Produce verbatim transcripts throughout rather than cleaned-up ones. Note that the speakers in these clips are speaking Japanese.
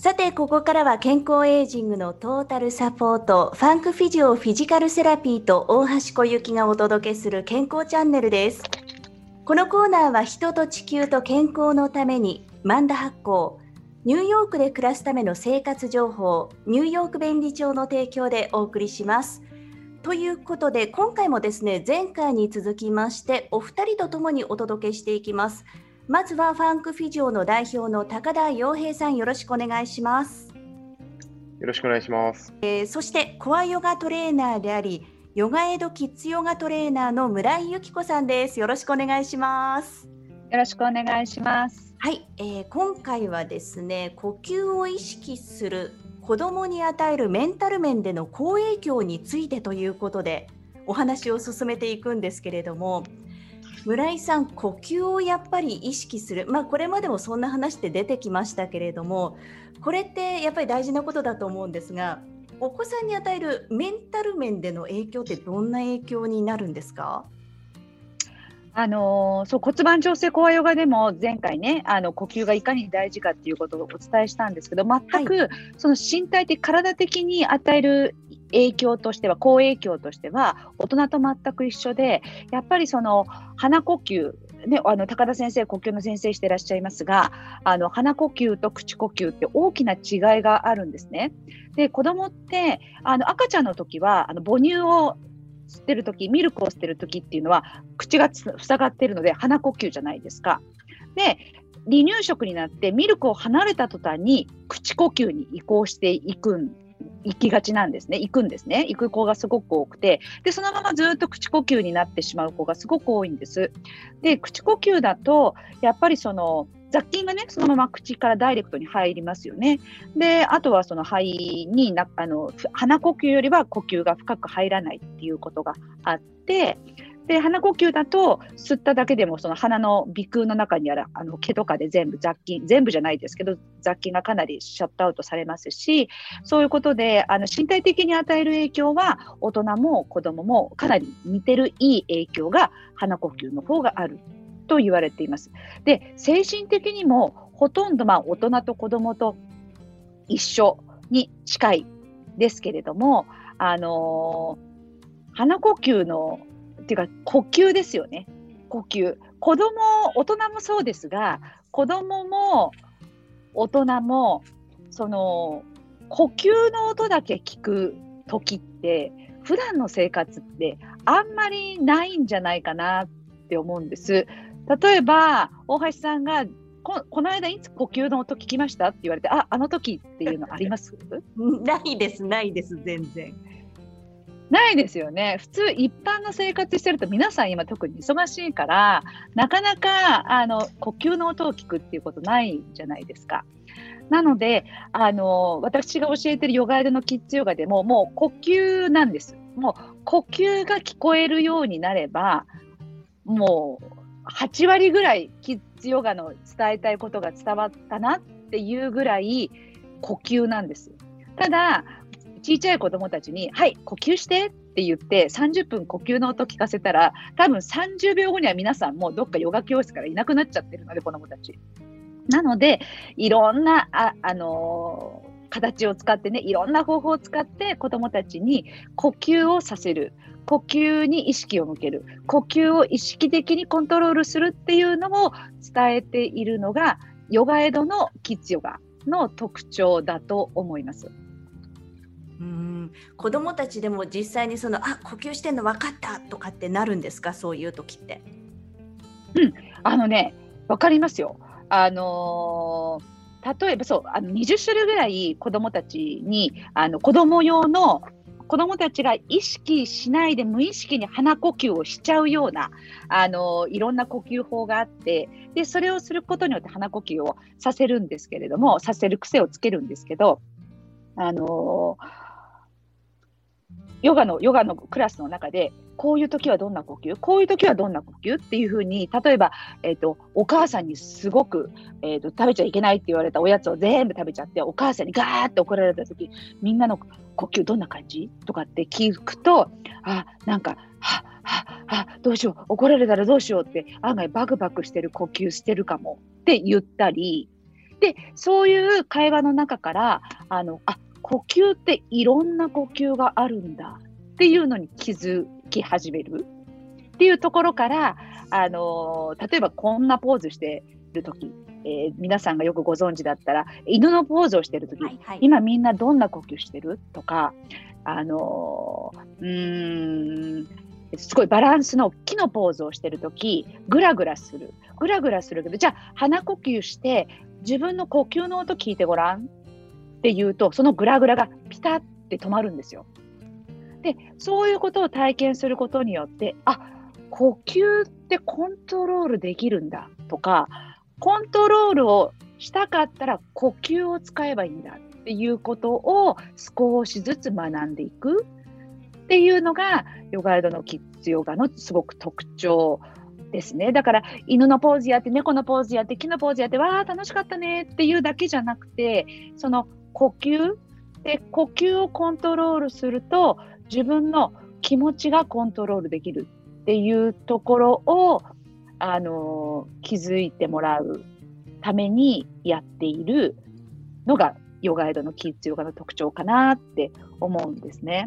さて、ここからは健康エイジングのトータルサポート、ファンクフィジオフィジカルセラピーと大橋小雪がお届けする健康チャンネルです。このコーナーは人と地球と健康のために、マンダ発行、ニューヨークで暮らすための生活情報、ニューヨーク便利帳の提供でお送りします。ということで、今回もですね、前回に続きまして、お二人とともにお届けしていきます。まずはファンクフィジオの代表の高田洋平さん、よろしくお願いします。 よろしくお願いします。 えー、そしてコアヨガトレーナーであり、ヨガエドキッズヨガトレーナーの村井由紀子さんです。よろしくお願いします。 よろしくお願いします。 はい、えー、今回はですね、呼吸を意識する子どもに与えるメンタル面での好影響についてということでお話を進めていくんですけれども、村井さん、呼吸をやっぱり意識する、まあ、これまでもそんな話って出てきましたけれども、これってやっぱり大事なことだと思うんですが、お子さんに与えるメンタル面での影響ってどんな影響になるんですか？ あのー、そう骨盤調整コアヨガでも前回ね、あの呼吸がいかに大事かっていうことをお伝えしたんですけど、全くその身体的、体的に与える影響としては、好影響としては大人と全く一緒で、やっぱりその鼻呼吸ね、あの高田先生、呼吸の先生していらっしゃいますが、あの鼻呼吸と口呼吸って大きな違いがあるんですね。で、子供ってあの赤ちゃんの時はあの母乳を吸ってる時、ミルクを吸ってる時っていうのは口が塞がっているので鼻呼吸じゃないですか。で、離乳食になってミルクを離れた途端に口呼吸に移行していくん行きがちなんですね。行くんですね。行く子がすごく多くて、でそのままずっと口呼吸になってしまう子がすごく多いんです。で、口呼吸だとやっぱりその雑菌がね、そのまま口からダイレクトに入りますよね。で、あとはその肺になあの鼻呼吸よりは呼吸が深く入らないっていうことがあって、で鼻呼吸だと吸っただけでもその鼻の鼻腔の中にあるあの毛とかで全部雑菌、全部じゃないですけど雑菌がかなりシャットアウトされますし、そういうことであの身体的に与える影響は大人も子供もかなり似てるいい影響が鼻呼吸の方があると言われています。で、精神的にもほとんどまあ大人と子供と一緒に近いですけれども、あのー、鼻呼吸のっていうか呼吸ですよね。呼吸。子供、大人もそうですが、子供も大人もその呼吸の音だけ聞く時って普段の生活ってあんまりないんじゃないかなって思うんです。例えば大橋さんがこ, この間いつ呼吸の音聞きましたって言われて、あ、あの時っていうのありますないです、ないです、全然。 ないですよね。普通一般の生活してると皆さん今特に忙しいからなかなかあの呼吸の音を聞くっていうことないじゃないですか。なのであの私が教えてるヨガエドのキッズヨガでももう呼吸なんです。もう呼吸が聞こえるようになればもうはちわりぐらいキッズヨガの伝えたいことが伝わったなっていうぐらい呼吸なんです。ただ小さい子どもたちにはい呼吸してって言ってさんじゅっぷん呼吸の音聞かせたら多分さんじゅうびょうごには皆さんもうどっかヨガ教室からいなくなっちゃってるので、子どもたちなのでいろんなあ、あのー、形を使ってね、いろんな方法を使って子どもたちに呼吸をさせる、呼吸に意識を向ける、呼吸を意識的にコントロールするっていうのを伝えているのがヨガエドのキッズヨガの特徴だと思います。 うーん、子どもたちでも実際にそのあ呼吸してんの分かったとかってなるんですか？そういう時って。 うん、あのね、分かりますよ。あのー、例えばそうあのにじゅっしゅるいぐらい子どもたちにあの子ども用の子どもたちが意識しないで無意識に鼻呼吸をしちゃうようなあのいろんな呼吸法があって、でそれをすることによって鼻呼吸をさせるんですけれども、させる癖をつけるんですけど、あのヨガのヨガのクラスの中でこういう時はどんな呼吸、こういう時はどんな呼吸っていうふうに、例えば、えーと、お母さんにすごく、えーと、食べちゃいけないって言われたおやつを全部食べちゃってお母さんにガーって怒られた時、みんなの呼吸どんな感じとかって聞くと、あ、なんかはははどうしよう、怒られたらどうしようって案外バクバクしてる呼吸してるかもって言ったり、 で、そういう会話の中から、あの、あ、呼吸っていろんな呼吸があるんだっていうのに気づき始めるっていうところから、あの、例えばこんなポーズしてるとき、えー皆さんがよくご存知だったら、犬のポーズをしてるとき、 はいはい。 今みんなどんな呼吸してるとか、あのーうーん、すごいバランスの木のポーズをしてるとき、ぐらぐらする。ぐらぐらするけど、じゃあ鼻呼吸して自分の呼吸の音聞いてごらんって言うと、そのぐらぐらがピタッて止まるんですよ。で、そういうことを体験することによって、あ、呼吸ってコントロールできるんだとか、コントロールをしたかったら呼吸を使えばいいんだっていうことを少しずつ学んでいくっていうのがヨガイドのキッズヨガのすごく特徴ですね。だから犬のポーズやって猫のポーズやって木のポーズやってわー楽しかったねっていうだけじゃなくて、その呼吸で呼吸をコントロールすると自分の気持ちがコントロールできるっていうところをあの気づいてもらうためにやっているのがヨガイドのキッズヨガの特徴かなって思うんですね。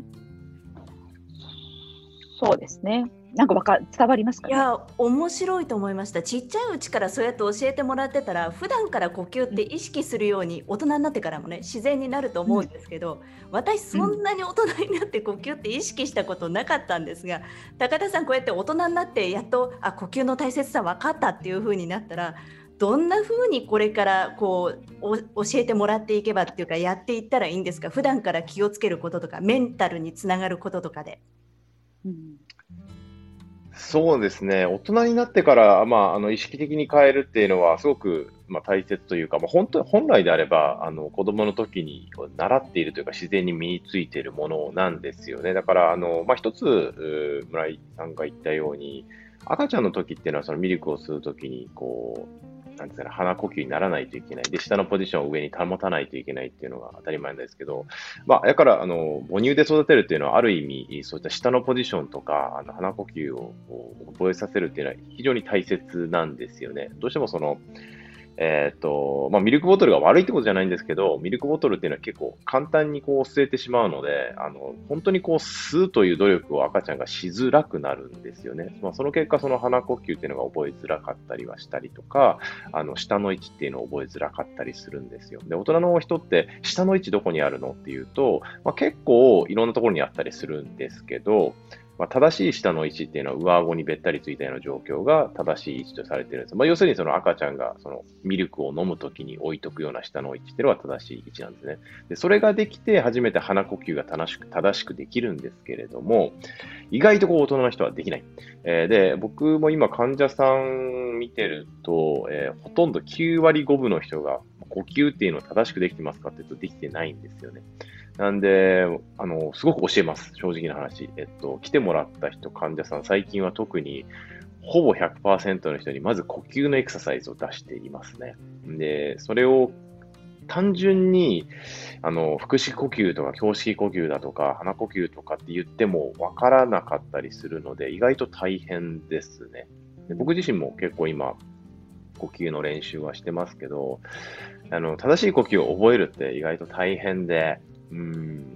そうですね。なんかわか伝わりますかね。 いや、面白いと思いました。ちっちゃいうちからそうやって教えてもらってたら、普段から呼吸って意識するように大人になってからもね、自然になると思うんですけど、私そんなに大人になって呼吸って意識したことなかったんですが、高田さんこうやって大人になってやっとあ呼吸の大切さ分かったっていう風になったら、どんな風にこれからこうお教えてもらっていけばっていうかやっていったらいいんですか？普段から気をつけることとかメンタルにつながることとかで。 うんそうですね。大人になってから、まあ、あの、意識的に変えるっていうのは、すごく、まあ、大切というか、まあ、本当、本来であれば、あの、子供の時にこう習っているというか、自然に身についているものなんですよね。だから、あの、まあ、一つ、うー村井さんが言ったように、赤ちゃんの時っていうのは、そのミルクを吸う時に、こう、なんですかね、鼻呼吸にならないといけない。で、下のポジションを上に保たないといけないっていうのが当たり前なんですけど、まあ、だから、あの、母乳で育てるっていうのは、ある意味、そういった下のポジションとか、あの、鼻呼吸をこう覚えさせるっていうのは非常に大切なんですよね。どうしてもその、えっと、まあ、ミルクボトルが悪いってことじゃないんですけど、ミルクボトルっていうのは結構簡単にこう吸えてしまうので、あの、本当にこう吸うという努力を赤ちゃんがしづらくなるんですよね。まあ、その結果、その鼻呼吸っていうのが覚えづらかったりはしたりとか、あの、下の位置っていうのを覚えづらかったりするんですよ。で、大人の人って下の位置どこにあるのっていうと、まあ、結構いろんなところにあったりするんですけど、まあ、正しい下の位置っていうのは上顎にべったりついたような状況が正しい位置とされているんです。まあ、要するにその赤ちゃんがそのミルクを飲むときに置いとくような下の位置っていうのが正しい位置なんですね。で、それができて初めて鼻呼吸が正しく、正しくできるんですけれども、意外とこう大人の人はできない。えーで、僕も今患者さん見てると、えーほとんどきゅうわりごぶの人が呼吸っていうのを正しくできてますかって言うとできてないんですよね。なんで、あの、すごく教えます。正直な話。えっと、来てもらった人、患者さん、最近は特に、ほぼひゃくパーセントの人にまず呼吸のエクササイズを出していますね。で、それを単純に、あの、腹式呼吸とか胸式呼吸だとか、鼻呼吸とかって言ってもわからなかったりするので、意外と大変ですね。で僕自身も結構今、呼吸の練習はしてますけど、あの、正しい呼吸を覚えるって意外と大変で、うん、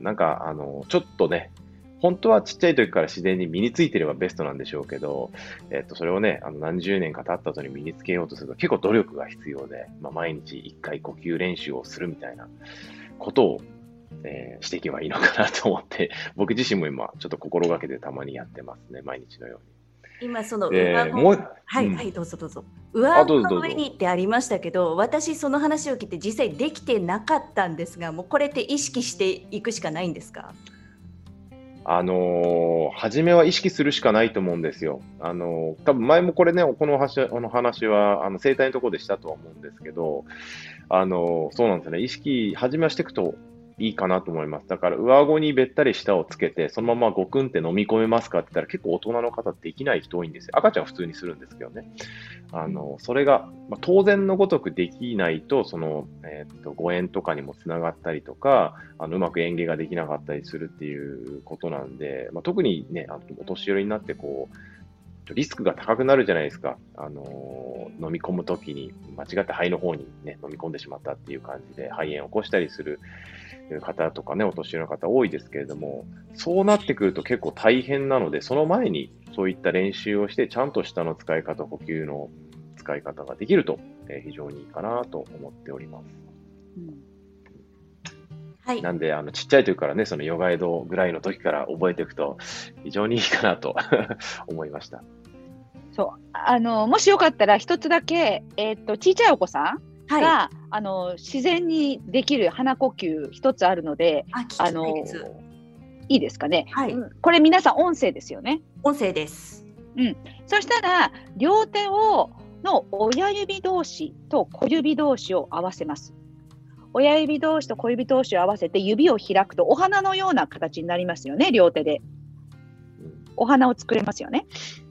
なんか、あの、ちょっとね、本当はちっちゃい時から自然に身についてればベストなんでしょうけど、えっと、それをね、あの何十年か経った後に身につけようとすると結構努力が必要で、まあ、毎日一回呼吸練習をするみたいなことを、えーしていけばいいのかなと思って、僕自身も今、ちょっと心がけてたまにやってますね、毎日のよう今そのに。 上で、もう、 顎、はうん。 いはいどうぞどうぞ。上あ、 顎どうぞどうぞ。 の上にってありましたけど、私その話を聞いて実際できてなかったんですが、もうこれって意識していくしかないんですか？ あのー初めは意識するしかないと思うんですよ。あのー多分前もこれね、この話この話は、あの、生体のところでしたとは思うんですけど、あのーそうなんですよね。意識、初めはしていくといいかなと思います。だから、上顎にべったり舌をつけて、そのままゴクンって飲み込めますかって言ったら結構大人の方できない人多いんですよ。赤ちゃんは普通にするんですけどね。あの、それが、まあ、当然のごとくできないと、その、えーっと、誤嚥とかにもつながったりとか、あの、うまく嚥下ができなかったりするっていうことなんで、まあ、特にね、あの、お年寄りになってこう、 とリスクが高くなるじゃないですか。あのー飲み込むときに間違って肺の方にね、飲み込んでしまったっていう感じで肺炎を起こしたりする方とかね、お年寄りの方多いですけれども、そうなってくると結構大変なので、その前にそういった練習をして、ちゃんと舌の使い方、呼吸の使い方ができると、えー非常にいいかなと思っております。 うんはい。 なんで、あの、ちっちゃい時からね、そのヨガエドぐらいの時から覚えていくと、非常にいいかなと思いました。 そうあのもしよかったら一つだけ、えーっと小さいお子さんはい。 が、あの自然にできる鼻呼吸一つあるので、 あ、聞きあたいのです。 いいですかね、 はい。 うんこれ皆さん音声ですよね。 音声です。 そしたら両手をの親指同士と小指同士を合わせます。親指同士と小指同士を合わせて指を開くとお花のような形になりますよね。両手でうんお花を作れますよね。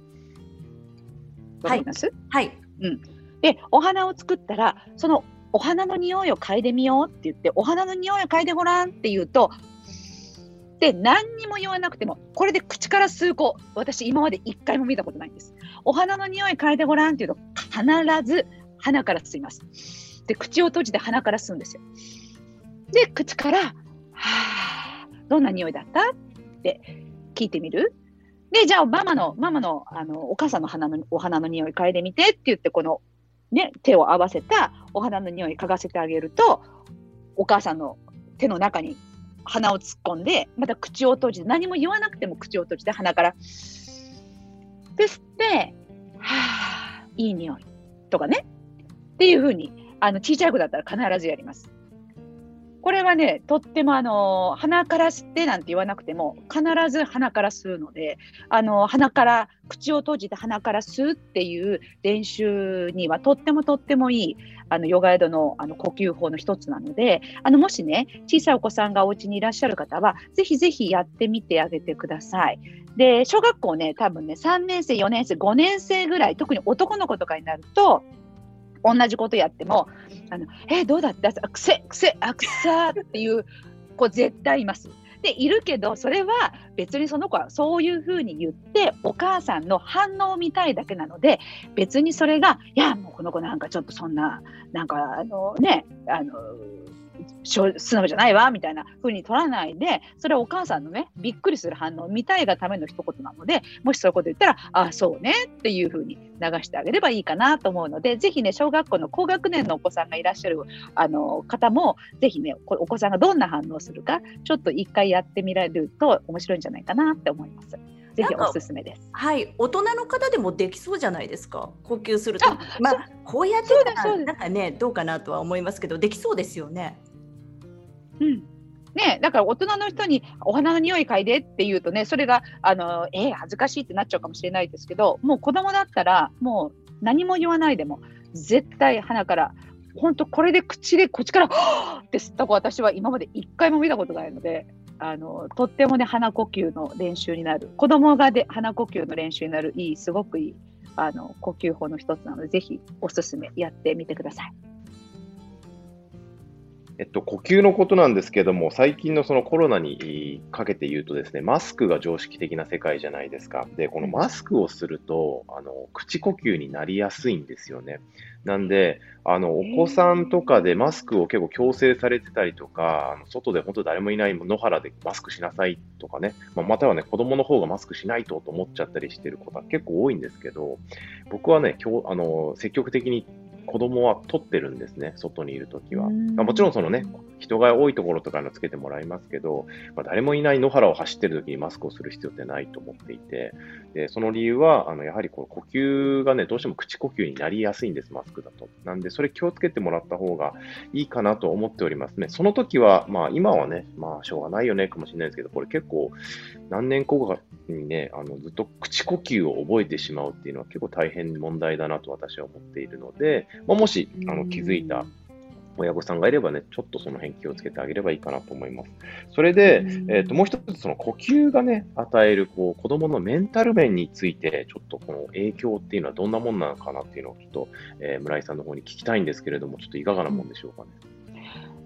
わかります？ はい。 で、お花を作ったら、そのお花の匂いを嗅いでみようって言って、お花の匂いを嗅いでごらんって言うと、で、何にも言わなくても、これで口から吸う子、私今まで一回も見たことないんです。お花の匂い嗅いでごらんって言うと、必ず鼻から吸います。で、口を閉じて鼻から吸うんですよ。で、口から、はぁ、どんな匂いだったって聞いてみる？で、じゃあ、ママの、ママの、あの、お母さんの鼻の、お花の匂い嗅いでみてって言って、この、ね、手を合わせたお花の匂い嗅がせてあげると、お母さんの手の中に鼻を突っ込んで、また口を閉じて、何も言わなくても口を閉じて、鼻から、で、吸って、はぁ、いい匂いとかね、っていうふうに、あの、小さい子だったら必ずやります。これはね、とってもあの鼻から吸ってなんて言わなくても必ず鼻から吸うので、あの鼻から口を閉じて鼻から吸うっていう練習にはとってもとってもいいあのヨガエドのあの呼吸法の一つなので、あのもしね小さいお子さんがお家にいらっしゃる方はぜひぜひやってみてあげてください。で、小学校ね、多分ねさんねん生、よねん生、ごねん生ぐらい、特に男の子とかになると同じことやっても、あのえどうだった？あ、くせ、くせ、あ、くさっていう子絶対います。で、いるけど、それは別にその子はそういうふうに言って、お母さんの反応を見たいだけなので、別にそれが、いや、もうこの子なんかちょっとそんな、なんかあのね、あの、素直じゃないわみたいな風に取らないで、それはお母さんのねびっくりする反応を見たいがための一言なので、もしそういうこと言ったら、あ、そうねっていう風に流してあげればいいかなと思うので、ぜひね小学校の高学年のお子さんがいらっしゃるあの方もぜひねお子さんがどんな反応するかちょっと一回やってみられると面白いんじゃないかなって思います。ぜひおすすめです。 はい、大人の方でもできそうじゃないですか。呼吸すると、 あ、 まあこうやってそうでたらすそうです。 なんかねどうかなとは思いますけど、できそうですよね。 うんね、だから大人の人にお花の匂い嗅いでって言うとね、それがあのえー、恥ずかしいってなっちゃうかもしれないですけど、もう子供だったらもう何も言わないでも絶対鼻から、本当これで口でこっちからはーって吸った子、私は今まで一回も見たことないので、あのとってもね鼻呼吸の練習になる、子供がで鼻呼吸の練習になるいい、すごくいいあの呼吸法の一つなので、ぜひおすすめやってみてください。 えっと、呼吸のことなんですけども、最近のそのコロナにかけて言うとですね、マスクが常識的な世界じゃないですか。で、このマスクをすると、あの、口呼吸になりやすいんですよね。なんで、あの、お子さんとかでマスクを結構強制されてたりとか、あの外で本当誰もいない野原でマスクしなさいとかね、まあ、またはね、子供の方がマスクしないとと思っちゃったりしてることは結構多いんですけど、僕はね、今日、あの、積極的に子供は取ってるんですね、外にいるときは。まあもちろんそのね、人が多いところとかのつけてもらいますけど、まあ、誰もいない野原を走ってるときにマスクをする必要ってないと思っていて、でその理由は、あのやはりこう呼吸がね、どうしても口呼吸になりやすいんです、マスクだと。なんで、それ気をつけてもらった方がいいかなと思っておりますね。その時は、まあ今はね、まあしょうがないよねかもしれないですけど、これ結構何年後かにね、あのずっと口呼吸を覚えてしまうっていうのは結構大変問題だなと私は思っているので、まあ、もしあの気づいた親御さんがいればね、ちょっとその辺気をつけてあげればいいかなと思います。それで、えー、ともう一つ、その呼吸がね、与えるこう子供のメンタル面について、ちょっとこの影響っていうのはどんなもんなのかなっていうのをちょっと、えー、村井さんの方に聞きたいんですけれども、ちょっといかがなもんでしょうかね。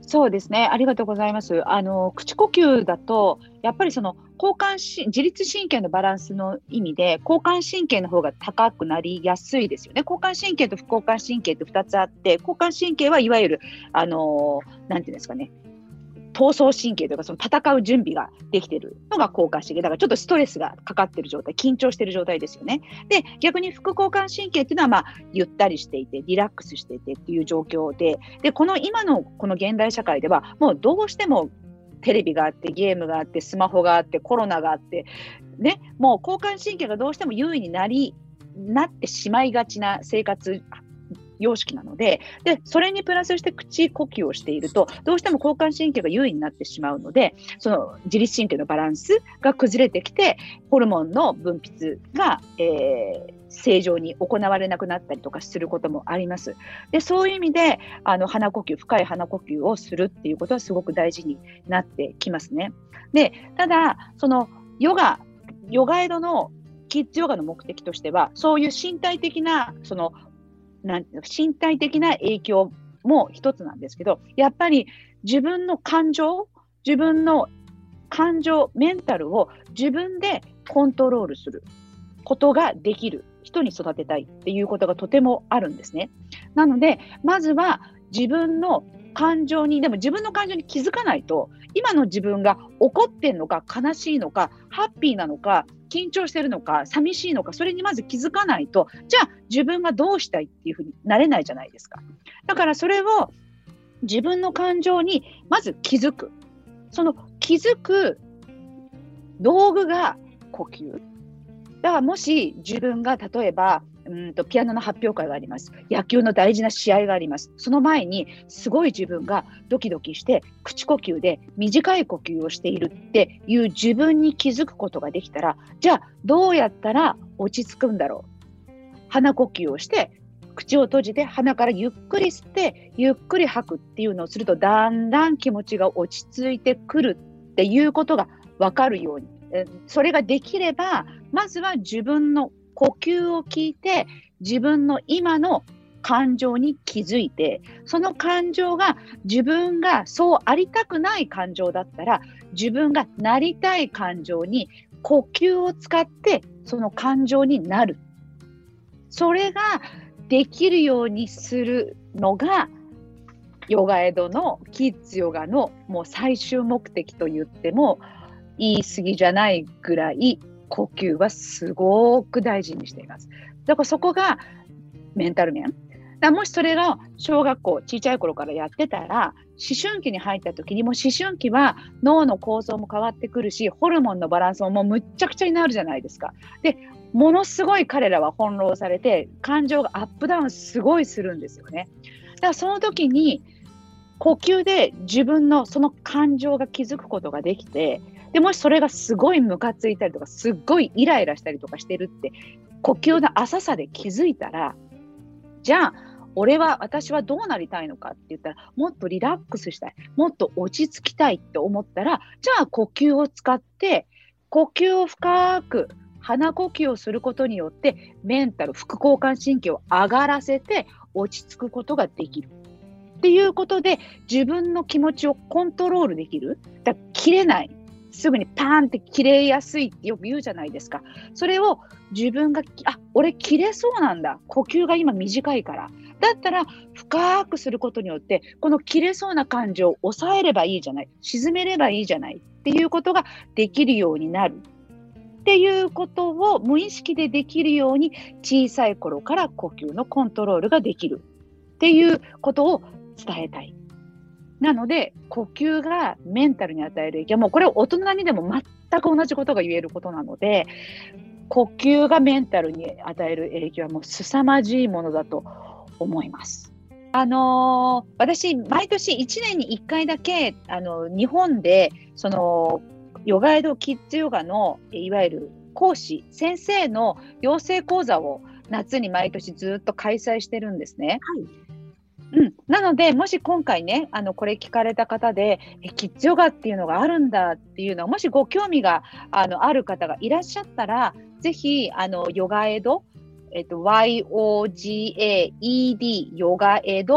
そうですね。ありがとうございます。あの、口呼吸だと、やっぱりその交感神、自律神経のバランスの意味で、交感神経の方が高くなりやすいですよね。交感神経と副交感神経ってふたつあって、交感神経はいわゆる、あの、なんていうんですかね、闘争神経というか、その戦う準備ができているのが交感神経。だからちょっとストレスがかかっている状態、緊張している状態ですよね。で、逆に副交感神経っていうのは、まあ、ゆったりしていて、リラックスしていてっていう状況で、で、この今のこの現代社会では、もうどうしてもテレビがあって、ゲームがあって、スマホがあって、コロナがあって、ね、もう交感神経がどうしても優位になり、なってしまいがちな生活様式なので、で、それにプラスして口呼吸をしていると、どうしても交感神経が優位になってしまうので、その自律神経のバランスが崩れてきて、ホルモンの分泌が、えー、正常に行われなくなったりとかすることもあります。で、そういう意味で、あの、鼻呼吸、深い鼻呼吸をするっていうことはすごく大事になってきますね。で、ただ、その、ヨガ、ヨガエドのキッズヨガの目的としては、そういう身体的な、その、なんていうの、身体的な影響も一つなんですけど、やっぱり自分の感情、自分の感情、メンタルを自分でコントロールすることができる人に育てたいっていうことがとてもあるんですね。なので、まずは自分の感情に、でも自分の感情に気づかないと、今の自分が怒ってんのか、悲しいのか、ハッピーなのか、緊張してるのか、寂しいのか、それにまず気づかないと、じゃあ自分がどうしたいっていうふうになれないじゃないですか。だからそれを自分の感情にまず気づく。その気づく道具が呼吸。だからもし自分が例えばうんとピアノの発表会があります。野球の大事な試合があります。その前にすごい自分がドキドキして口呼吸で短い呼吸をしているっていう自分に気づくことができたら、じゃあどうやったら落ち着くんだろう。鼻呼吸をして口を閉じて鼻からゆっくり吸ってゆっくり吐くっていうのをすると、だんだん気持ちが落ち着いてくるっていうことが分かるように、それができれば、まずは自分の呼吸を聞いて自分の今の感情に気づいて、その感情が自分がそうありたくない感情だったら、自分がなりたい感情に呼吸を使ってその感情になる。それができるようにするのがヨガエドのキッズヨガのもう最終目的と言っても言い過ぎじゃないぐらい、呼吸はすごく大事にしています。だからそこがメンタル面。だからもしそれが小学校小さい頃からやってたら、思春期に入った時にも思春期は脳の構造も変わってくるし、ホルモンのバランスももうむっちゃくちゃになるじゃないですか。で、ものすごい彼らは翻弄されて感情がアップダウンすごいするんですよね。だからその時に呼吸で自分のその感情が気づくことができて、でもしそれがすごいムカついたりとかすっごいイライラしたりとかしてるって呼吸の浅さで気づいたら、じゃあ俺は私はどうなりたいのかって言ったら、もっとリラックスしたい、もっと落ち着きたいって思ったら、じゃあ呼吸を使って呼吸を深く鼻呼吸をすることによってメンタル、副交感神経を上がらせて落ち着くことができるっていうことで、自分の気持ちをコントロールできる。だから切れない、すぐにパーンって切れやすいってよく言うじゃないですか。それを自分が、あ、俺切れそうなんだ、呼吸が今短いから、だったら深くすることによってこの切れそうな感情を抑えればいいじゃない、沈めればいいじゃないっていうことができるようになるっていうことを無意識でできるように、小さい頃から呼吸のコントロールができるっていうことを伝えたい。なので呼吸がメンタルに与える影響、もうこれは大人にでも全く同じことが言えることなので、呼吸がメンタルに与える影響はもう凄まじいものだと思います。あのー、私毎年いちねんにいっかいだけあの日本でそのヨガエドキッズヨガのいわゆる講師先生の養成講座を夏に毎年ずっと開催してるんですね。 はい。 うん、なのでもし今回ね、あのこれ聞かれた方でえキッズヨガっていうのがあるんだっていうのをもしご興味が あのある方がいらっしゃったら、ぜひあのヨガエド、えっと、ワイオージエーイーディー ヨガエド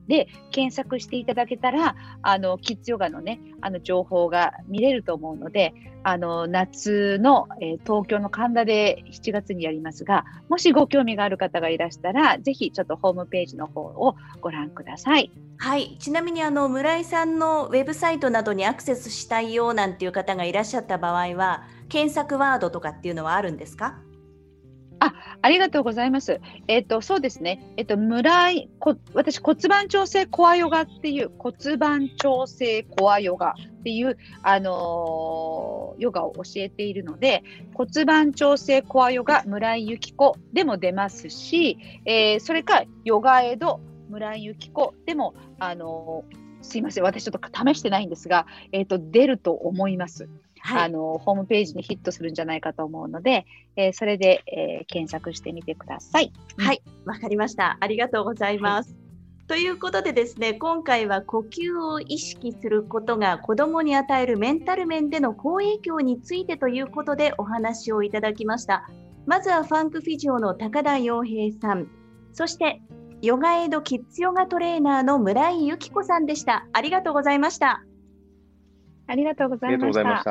で検索していただけたら、あのキッズヨガのね、あの情報が見れると思うので、あの夏の、えー東京の神田でしちがつにやりますが、もしご興味がある方がいらしたら、ぜひちょっとホームページの方をご覧ください。 はい、ちなみにあの村井さんのウェブサイトなどにアクセスしたいよなんていう方がいらっしゃった場合は、検索ワードとかっていうのはあるんですか？ あ、ありがとうございます。えっ、と、そうですね。えっ、と、村井、こ、私、骨盤調整コアヨガっていう、骨盤調整コアヨガっていう、あのーヨガを教えているので、骨盤調整コアヨガ村井由紀子でも出ますし、えーそれか、ヨガエド村井由紀子でも、あのーすいません。私ちょっと試してないんですが、えっ、と、出ると思います。 はい、 あのホームページにヒットするんじゃないかと思うので、えーそれで、えー検索してみてください。 はい、わかりました。ありがとうございます。ということでですね、今回は呼吸を意識することが子どもに与えるメンタル面での好影響についてということでお話をいただきました。まずはファンクフィジオの高田洋平さん、そしてヨガエイドキッズヨガトレーナーの村井由紀子さんでした。ありがとうございました。 ありがとうごありがとうございました。 ざいました。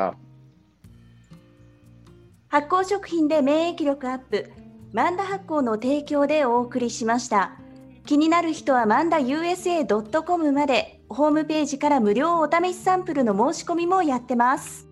発酵食品で免疫力アップ、マンダ発酵の提供でお送りしました。気になる人はマンダ ユーエスエードットコム まで、ホームページから無料お試しサンプルの申し込みもやってます。